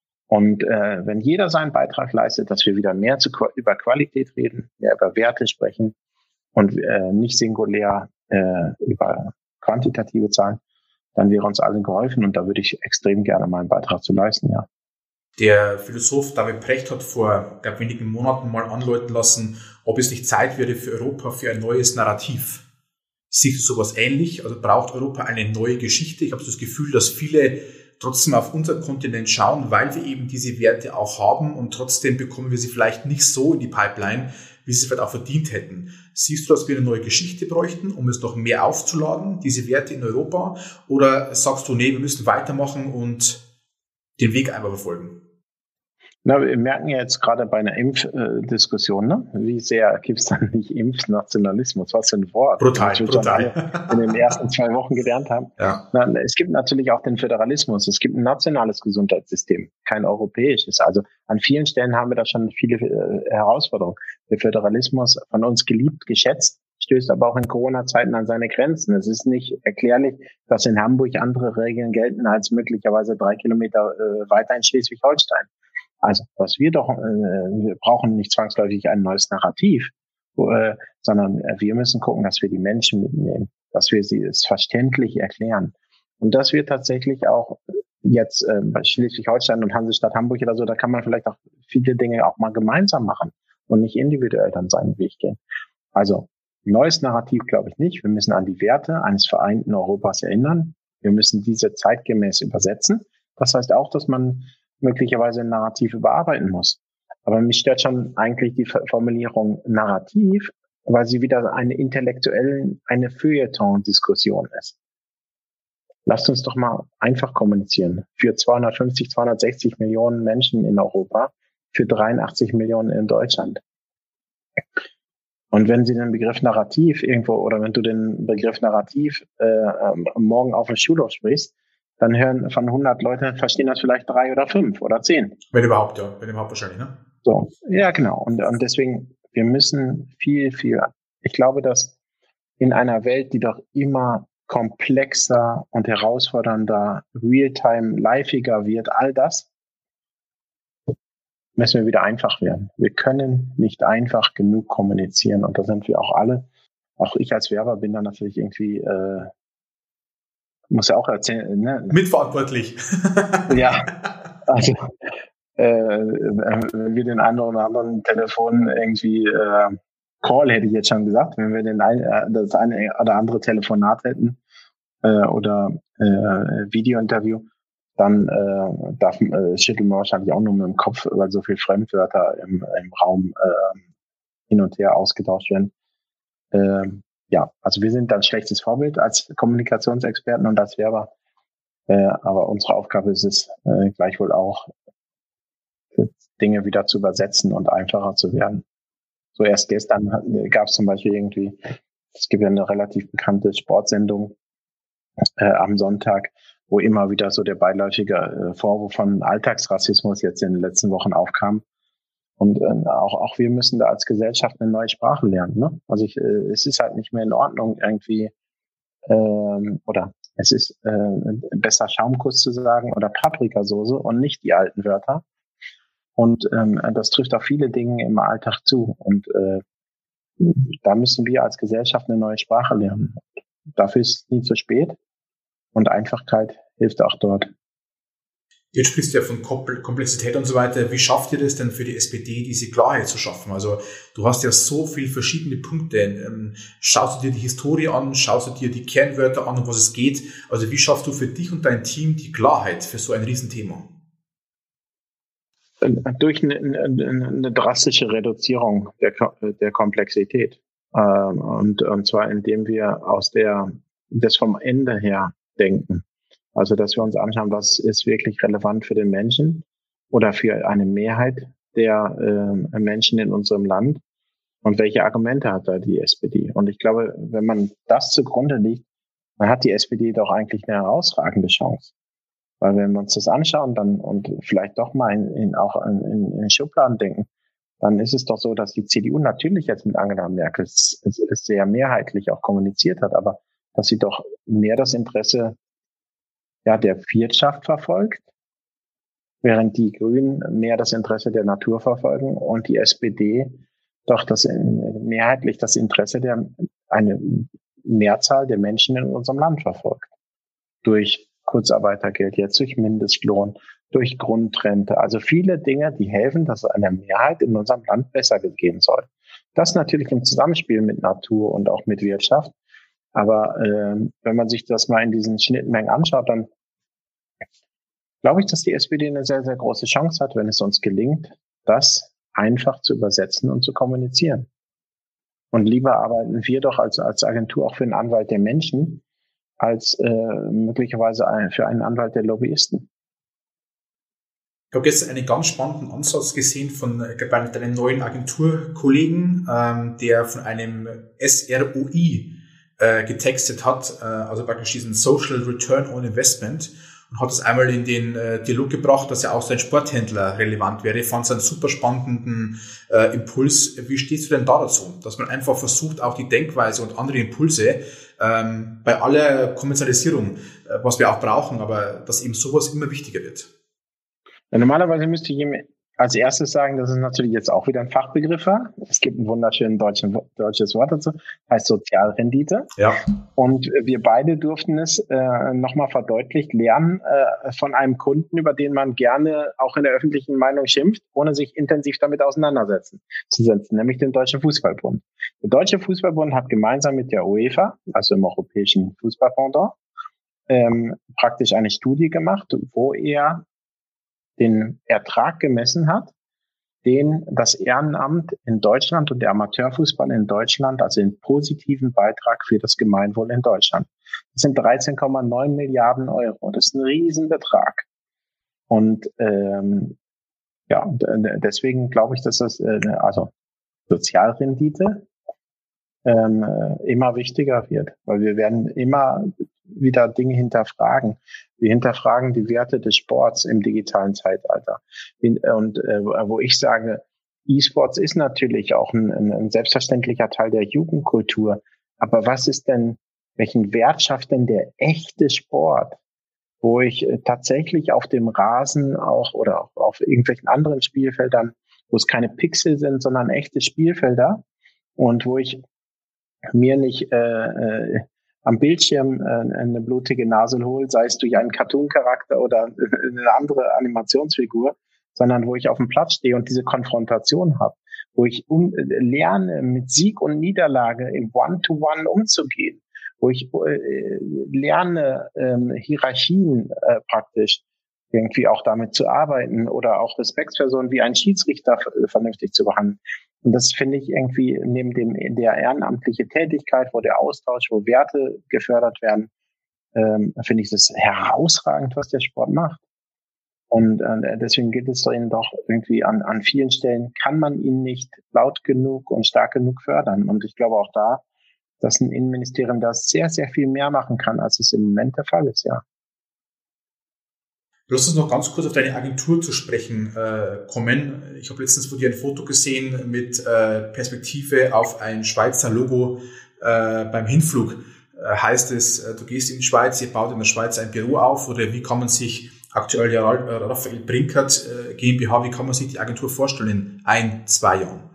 Und äh, wenn jeder seinen Beitrag leistet, dass wir wieder mehr zu, über Qualität reden, mehr über Werte sprechen und äh, nicht singulär äh, über quantitative Zahlen, dann wäre uns allen geholfen und da würde ich extrem gerne meinen Beitrag zu leisten, ja. Der Philosoph David Precht hat vor glaub, wenigen Monaten mal anläuten lassen, ob es nicht Zeit wäre für Europa für ein neues Narrativ. Siehst du sowas ähnlich? Also braucht Europa eine neue Geschichte? Ich habe so das Gefühl, dass viele trotzdem auf unseren Kontinent schauen, weil wir eben diese Werte auch haben und trotzdem bekommen wir sie vielleicht nicht so in die Pipeline, wie sie es vielleicht auch verdient hätten. Siehst du, dass wir eine neue Geschichte bräuchten, um es noch mehr aufzuladen, diese Werte in Europa? Oder sagst du, nee, wir müssen weitermachen und den Weg einfach verfolgen? Na, wir merken ja jetzt gerade bei einer Impfdiskussion, ne? Wie sehr gibt es dann nicht Impfnationalismus? Was für ein Wort. Brutal, das wir brutal. in den ersten zwei Wochen gelernt haben. Ja. Na, es gibt natürlich auch den Föderalismus. Es gibt ein nationales Gesundheitssystem, kein europäisches. Also an vielen Stellen haben wir da schon viele äh, Herausforderungen. Der Föderalismus, von uns geliebt, geschätzt, stößt aber auch in Corona-Zeiten an seine Grenzen. Es ist nicht erklärlich, dass in Hamburg andere Regeln gelten als möglicherweise drei Kilometer äh, weiter in Schleswig-Holstein. Also, was wir doch, äh, wir brauchen nicht zwangsläufig ein neues Narrativ, äh, sondern wir müssen gucken, dass wir die Menschen mitnehmen, dass wir sie es verständlich erklären. Und dass wir tatsächlich auch jetzt äh, bei Schleswig-Holstein und Hansestadt Hamburg oder so, da kann man vielleicht auch viele Dinge auch mal gemeinsam machen und nicht individuell dann seinen Weg gehen. Also, neues Narrativ glaube ich nicht. Wir müssen an die Werte eines vereinten Europas erinnern. Wir müssen diese zeitgemäß übersetzen. Das heißt auch, dass man möglicherweise ein Narrativ überarbeiten muss. Aber mich stört schon eigentlich die Formulierung Narrativ, weil sie wieder eine intellektuelle, eine Feuilleton-Diskussion ist. Lasst uns doch mal einfach kommunizieren. Für zweihundertfünfzig, zweihundertsechzig Millionen Menschen in Europa, für dreiundachtzig Millionen in Deutschland. Und wenn Sie den Begriff Narrativ irgendwo, oder wenn du den Begriff Narrativ äh, morgen auf der Schulhof sprichst, dann hören von hundert Leuten, verstehen das vielleicht drei oder fünf oder zehn. Wenn überhaupt, ja. Wenn überhaupt wahrscheinlich, ne? So, ja, genau. Und, und deswegen, wir müssen viel, viel, ich glaube, dass in einer Welt, die doch immer komplexer und herausfordernder, realtime, liveiger wird, all das, müssen wir wieder einfach werden. Wir können nicht einfach genug kommunizieren und da sind wir auch alle. Auch ich als Werber bin da natürlich irgendwie, äh, muss ja auch erzählen, ne? Mitverantwortlich. Ja, also äh, wenn wir den einen oder anderen Telefon irgendwie äh, Call hätte ich jetzt schon gesagt, wenn wir den ein, äh, das eine oder andere Telefonat hätten äh, oder äh, Videointerview, dann äh, darf, äh, schütteln wir wahrscheinlich auch nur mit dem Kopf, weil so viel Fremdwörter im, im Raum äh, hin und her ausgetauscht werden. Äh, ja, also wir sind ein schlechtes Vorbild als Kommunikationsexperten und als Werber. Äh, aber unsere Aufgabe ist es äh, gleichwohl auch, Dinge wieder zu übersetzen und einfacher zu werden. So erst gestern gab es zum Beispiel irgendwie, es gibt ja eine relativ bekannte Sportsendung äh, am Sonntag, wo immer wieder so der beiläufige äh, Vorwurf von Alltagsrassismus jetzt in den letzten Wochen aufkam. Und äh, auch auch wir müssen da als Gesellschaft eine neue Sprache lernen. Ne? Also ich, äh, es ist halt nicht mehr in Ordnung irgendwie, ähm, oder es ist äh, besser Schaumkuss zu sagen oder Paprikasauce und nicht die alten Wörter. Und ähm, das trifft auf viele Dinge im Alltag zu. Und äh, da müssen wir als Gesellschaft eine neue Sprache lernen. Dafür ist es nie zu spät. Und Einfachkeit hilft auch dort. Jetzt sprichst du ja von Komplexität und so weiter. Wie schafft ihr das denn für die S P D, diese Klarheit zu schaffen? Also du hast ja so viele verschiedene Punkte. Schaust du dir die Historie an? Schaust du dir die Kernwörter an, um was es geht? Also wie schaffst du für dich und dein Team die Klarheit für so ein Riesenthema? Durch eine, eine, eine drastische Reduzierung der, der Komplexität. Und, und zwar indem wir aus der, das vom Ende her denken. Also, dass wir uns anschauen, was ist wirklich relevant für den Menschen oder für eine Mehrheit der äh, Menschen in unserem Land und welche Argumente hat da die S P D. Und ich glaube, wenn man das zugrunde liegt, dann hat die S P D doch eigentlich eine herausragende Chance. Weil wenn wir uns das anschauen dann und vielleicht doch mal in, in, auch in, in, in Schubladen denken, dann ist es doch so, dass die C D U natürlich jetzt mit Angela Merkel es, es, es sehr mehrheitlich auch kommuniziert hat, aber dass sie doch mehr das Interesse ja, der Wirtschaft verfolgt, während die Grünen mehr das Interesse der Natur verfolgen und die S P D doch das mehrheitlich das Interesse der eine Mehrzahl der Menschen in unserem Land verfolgt. Durch Kurzarbeitergeld, jetzt durch Mindestlohn, durch Grundrente. Also viele Dinge, die helfen, dass es einer Mehrheit in unserem Land besser gehen soll. Das natürlich im Zusammenspiel mit Natur und auch mit Wirtschaft. Aber äh, wenn man sich das mal in diesen Schnittmengen anschaut, dann glaube ich, dass die S P D eine sehr, sehr große Chance hat, wenn es uns gelingt, das einfach zu übersetzen und zu kommunizieren. Und lieber arbeiten wir doch als, als Agentur auch für einen Anwalt der Menschen, als äh, möglicherweise ein, für einen Anwalt der Lobbyisten. Ich habe gestern einen ganz spannenden Ansatz gesehen von deinem neuen Agenturkollegen, ähm, der von einem S R O I äh, getextet hat, äh, also praktisch diesen Social Return on Investment, und hat es einmal in den äh, Dialog gebracht, dass ja auch so ein Sporthändler relevant wäre. Ich fand es einen super spannenden äh, Impuls. Wie stehst du denn da dazu? Dass man einfach versucht, auch die Denkweise und andere Impulse ähm, bei aller Kommerzialisierung, äh, was wir auch brauchen, aber dass eben sowas immer wichtiger wird. Ja, normalerweise müsste ich ihm als erstes sagen, dass es natürlich jetzt auch wieder ein Fachbegriff war. Es gibt ein wunderschönes deutsches Wort dazu, heißt Sozialrendite. Ja. Und wir beide durften es äh, nochmal verdeutlicht lernen äh, von einem Kunden, über den man gerne auch in der öffentlichen Meinung schimpft, ohne sich intensiv damit auseinandersetzen zu setzen, nämlich den Deutschen Fußballbund. Der Deutsche Fußballbund hat gemeinsam mit der UEFA, also im Europäischen Fußballpendant, ähm, praktisch eine Studie gemacht, wo er den Ertrag gemessen hat, den das Ehrenamt in Deutschland und der Amateurfußball in Deutschland, also den positiven Beitrag für das Gemeinwohl in Deutschland. Das sind dreizehn Komma neun Milliarden Euro. Das ist ein Riesenbetrag. Und ähm, ja, deswegen glaube ich, dass das äh, also Sozialrendite ähm, immer wichtiger wird, weil wir werden immer wieder Dinge hinterfragen. Wir hinterfragen die Werte des Sports im digitalen Zeitalter. Und äh, wo ich sage, E-Sports ist natürlich auch ein, ein selbstverständlicher Teil der Jugendkultur. Aber was ist denn, welchen Wert schafft denn der echte Sport, wo ich äh, tatsächlich auf dem Rasen auch oder auch auf irgendwelchen anderen Spielfeldern, wo es keine Pixel sind, sondern echte Spielfelder und wo ich mir nicht äh, äh, am Bildschirm äh, eine blutige Nase hole, sei es durch einen Cartoon-Charakter oder eine andere Animationsfigur, sondern wo ich auf dem Platz stehe und diese Konfrontation habe, wo ich um, lerne, mit Sieg und Niederlage im One-to-One umzugehen, wo ich äh, lerne, äh, Hierarchien äh, praktisch irgendwie auch damit zu arbeiten oder auch Respektspersonen wie ein Schiedsrichter vernünftig zu behandeln. Und das finde ich irgendwie neben dem der ehrenamtliche Tätigkeit, wo der Austausch, wo Werte gefördert werden, ähm, finde ich das herausragend, was der Sport macht. Und äh, deswegen gilt es ihn doch irgendwie an, an vielen Stellen, kann man ihn nicht laut genug und stark genug fördern. Und ich glaube auch da, dass ein Innenministerium da sehr, sehr viel mehr machen kann, als es im Moment der Fall ist, ja. Lass uns noch ganz kurz auf deine Agentur zu sprechen äh, kommen. Ich habe letztens von dir ein Foto gesehen mit äh, Perspektive auf ein Schweizer Logo äh, beim Hinflug. Äh, heißt es, äh, du gehst in die Schweiz, ihr baut in der Schweiz ein Büro auf, oder wie kann man sich aktuell ja Raphael Brinkert äh, GmbH, wie kann man sich die Agentur vorstellen in ein, zwei Jahren?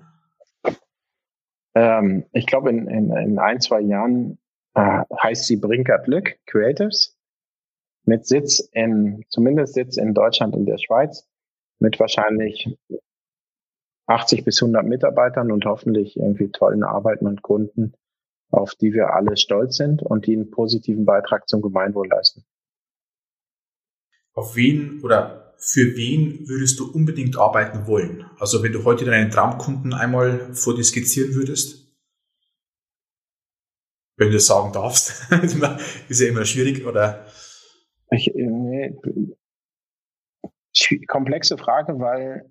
Ähm, ich glaube, in, in, in ein, zwei Jahren äh, heißt sie Brinkert Lück Creatives, mit Sitz in, zumindest Sitz in Deutschland und der Schweiz, mit wahrscheinlich achtzig bis hundert Mitarbeitern und hoffentlich irgendwie tollen Arbeiten und Kunden, auf die wir alle stolz sind und die einen positiven Beitrag zum Gemeinwohl leisten. Auf wen oder für wen würdest du unbedingt arbeiten wollen? Also wenn du heute deinen Traumkunden einmal vor dir skizzieren würdest? Wenn du das sagen darfst. Ist ja immer schwierig, oder? Ich, nee, komplexe Frage, weil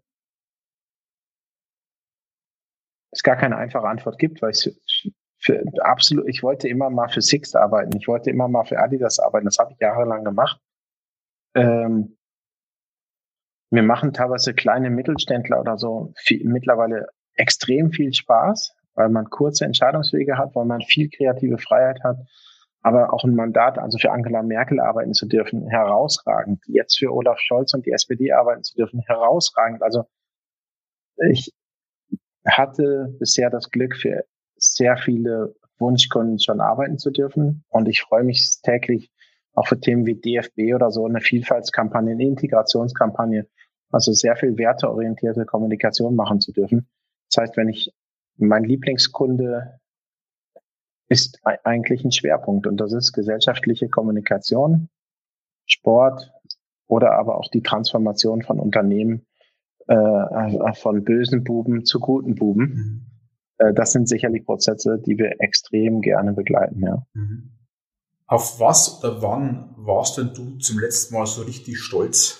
es gar keine einfache Antwort gibt, weil ich für absolut, ich wollte immer mal für Sixt arbeiten, ich wollte immer mal für Adidas arbeiten, das habe ich jahrelang gemacht. Ähm, mir machen teilweise kleine Mittelständler oder so viel, mittlerweile extrem viel Spaß, weil man kurze Entscheidungswege hat, weil man viel kreative Freiheit hat, aber auch ein Mandat, also für Angela Merkel arbeiten zu dürfen, herausragend. Jetzt für Olaf Scholz und die S P D arbeiten zu dürfen, herausragend. Also ich hatte bisher das Glück, für sehr viele Wunschkunden schon arbeiten zu dürfen, und ich freue mich täglich auch für Themen wie D F B oder so, eine Vielfaltskampagne, eine Integrationskampagne, also sehr viel werteorientierte Kommunikation machen zu dürfen. Das heißt, wenn ich, mein Lieblingskunde ist eigentlich ein Schwerpunkt, und das ist gesellschaftliche Kommunikation, Sport oder aber auch die Transformation von Unternehmen äh, von bösen Buben zu guten Buben. Mhm. Äh, das sind sicherlich Prozesse, die wir extrem gerne begleiten, ja. Mhm. Auf was oder wann warst denn du zum letzten Mal so richtig stolz?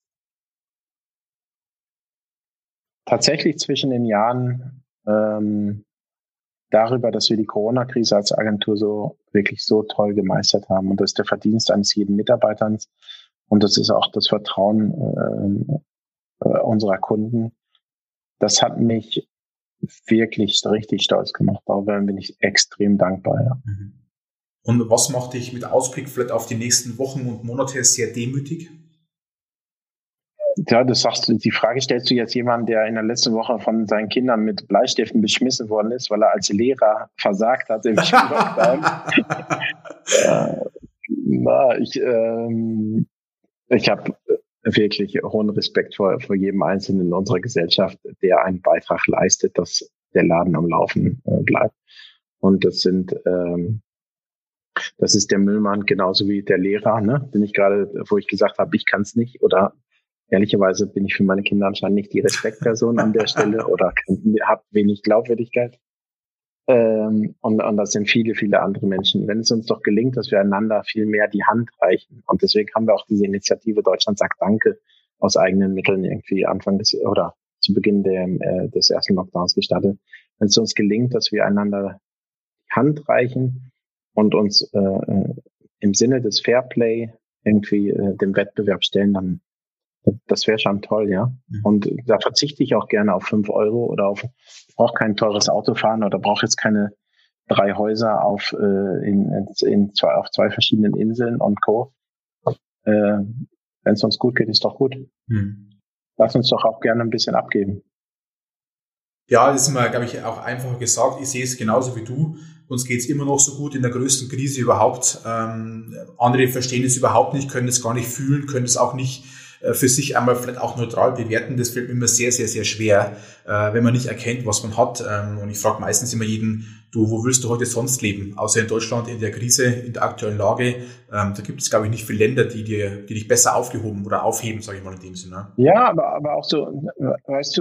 Tatsächlich zwischen den Jahren ähm, darüber, dass wir die Corona-Krise als Agentur so wirklich so toll gemeistert haben. Und das ist der Verdienst eines jeden Mitarbeiters. Und das ist auch das Vertrauen äh, äh, unserer Kunden. Das hat mich wirklich richtig stolz gemacht. Darüber bin ich extrem dankbar. Ja. Und was macht dich mit Ausblick vielleicht auf die nächsten Wochen und Monate sehr demütig? Ja, das sagst du, die Frage stellst du jetzt jemanden, der in der letzten Woche von seinen Kindern mit Bleistiften beschmissen worden ist, weil er als Lehrer versagt hat im Schullockdown. äh, na, ich ähm, ich habe wirklich hohen Respekt vor, vor jedem Einzelnen in unserer Gesellschaft, der einen Beitrag leistet, dass der Laden am Laufen äh, bleibt. Und das sind ähm, das ist der Müllmann genauso wie der Lehrer, ne? Den ich gerade, wo ich gesagt habe, ich kann es nicht, oder ehrlicherweise bin ich für meine Kinder anscheinend nicht die Respektperson an der Stelle oder habe wenig Glaubwürdigkeit. Ähm, und, und das sind viele, viele andere Menschen. Wenn es uns doch gelingt, dass wir einander viel mehr die Hand reichen, und deswegen haben wir auch diese Initiative Deutschland sagt Danke aus eigenen Mitteln irgendwie Anfang des oder zu Beginn der, äh, des ersten Lockdowns gestartet. Wenn es uns gelingt, dass wir einander die Hand reichen und uns äh, im Sinne des Fairplay irgendwie äh, dem Wettbewerb stellen, dann das wäre schon toll, ja. Und da verzichte ich auch gerne auf fünf Euro oder auf, ich brauche kein teures Auto fahren oder brauche jetzt keine drei Häuser auf, äh, in, in zwei, auf zwei verschiedenen Inseln und Co. Äh, wenn es uns gut geht, ist doch gut. Hm. Lass uns doch auch gerne ein bisschen abgeben. Ja, das ist mal, glaube ich, auch einfacher gesagt. Ich sehe es genauso wie du. Uns geht es immer noch so gut in der größten Krise überhaupt. Ähm, andere verstehen es überhaupt nicht, können es gar nicht fühlen, können es auch nicht für sich einmal vielleicht auch neutral bewerten. Das fällt mir immer sehr, sehr, sehr schwer, äh, wenn man nicht erkennt, was man hat. Ähm, und ich frage meistens immer jeden, du, wo willst du heute sonst leben? Außer in Deutschland, in der Krise, in der aktuellen Lage. Ähm, da gibt es, glaube ich, nicht viele Länder, die dir, die dich besser aufgehoben oder aufheben, sage ich mal in dem Sinne. Ja, aber, aber auch so, weißt du,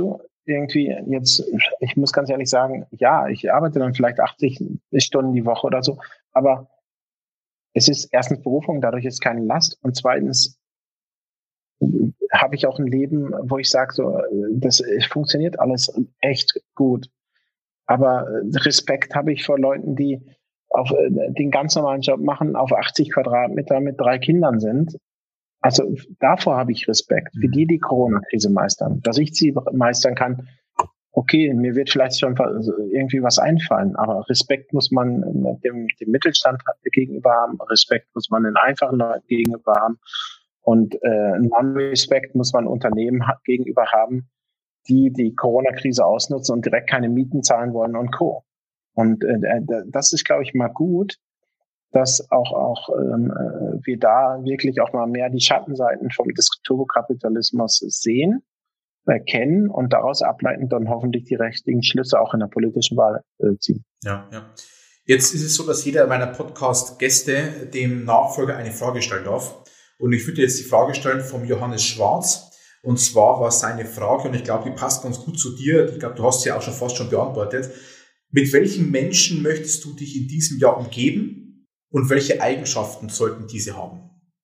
irgendwie jetzt, ich muss ganz ehrlich sagen, ja, ich arbeite dann vielleicht achtzig Stunden die Woche oder so, aber es ist erstens Berufung, dadurch ist keine Last und zweitens habe ich auch ein Leben, wo ich sage, so, das funktioniert alles echt gut. Aber Respekt habe ich vor Leuten, die auf den ganz normalen Job machen, auf achtzig Quadratmeter mit drei Kindern sind. Also davor habe ich Respekt, für die die Corona-Krise meistern. Dass ich sie meistern kann, okay, mir wird vielleicht schon irgendwie was einfallen, aber Respekt muss man dem, dem Mittelstand gegenüber haben, Respekt muss man den einfachen Leuten gegenüber haben und äh, Non-Respekt muss man Unternehmen gegenüber haben, die die Corona-Krise ausnutzen und direkt keine Mieten zahlen wollen und Co. Und äh, das ist, glaube ich, mal gut, dass auch, auch ähm, wir da wirklich auch mal mehr die Schattenseiten vom Turbokapitalismus sehen, erkennen und daraus ableiten dann hoffentlich die richtigen Schlüsse auch in der politischen Wahl äh, ziehen. Ja, ja. Jetzt ist es so, dass jeder meiner Podcast-Gäste dem Nachfolger eine Frage stellen darf. Und ich würde jetzt die Frage stellen vom Johannes Schwarz. Und zwar war seine Frage, und ich glaube, die passt ganz gut zu dir. Ich glaube, du hast sie auch schon fast schon beantwortet. Mit welchen Menschen möchtest du dich in diesem Jahr umgeben und welche Eigenschaften sollten diese haben?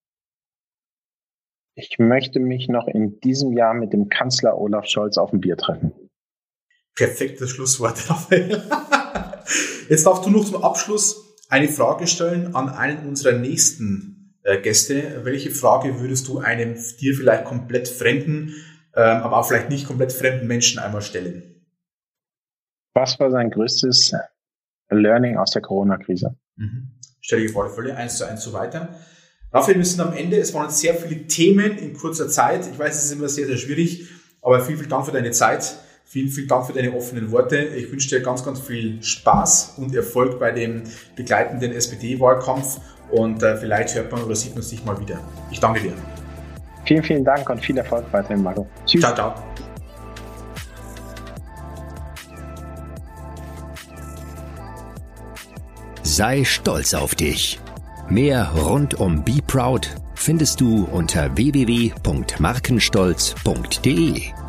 Ich möchte mich noch in diesem Jahr mit dem Kanzler Olaf Scholz auf ein Bier treffen. Perfektes Schlusswort, Raphael. Jetzt darfst du noch zum Abschluss eine Frage stellen an einen unserer nächsten äh, Gäste. Welche Frage würdest du einem dir vielleicht komplett fremden, ähm, aber auch vielleicht nicht komplett fremden Menschen einmal stellen? Was war sein größtes Learning aus der Corona-Krise? Mhm. Stelle die Frage völlig eins zu eins so weiter. Raphael, wir sind am Ende. Es waren jetzt sehr viele Themen in kurzer Zeit. Ich weiß, es ist immer sehr, sehr schwierig, aber vielen, vielen Dank für deine Zeit. Vielen, vielen Dank für deine offenen Worte. Ich wünsche dir ganz, ganz viel Spaß und Erfolg bei dem begleitenden S P D-Wahlkampf und äh, vielleicht hört man oder sieht man sich mal wieder. Ich danke dir. Vielen, vielen Dank und viel Erfolg weiterhin, Marco. Tschüss. Ciao, ciao. Sei stolz auf dich. Mehr rund um Be Proud findest du unter w w w punkt markenstolz punkt d e.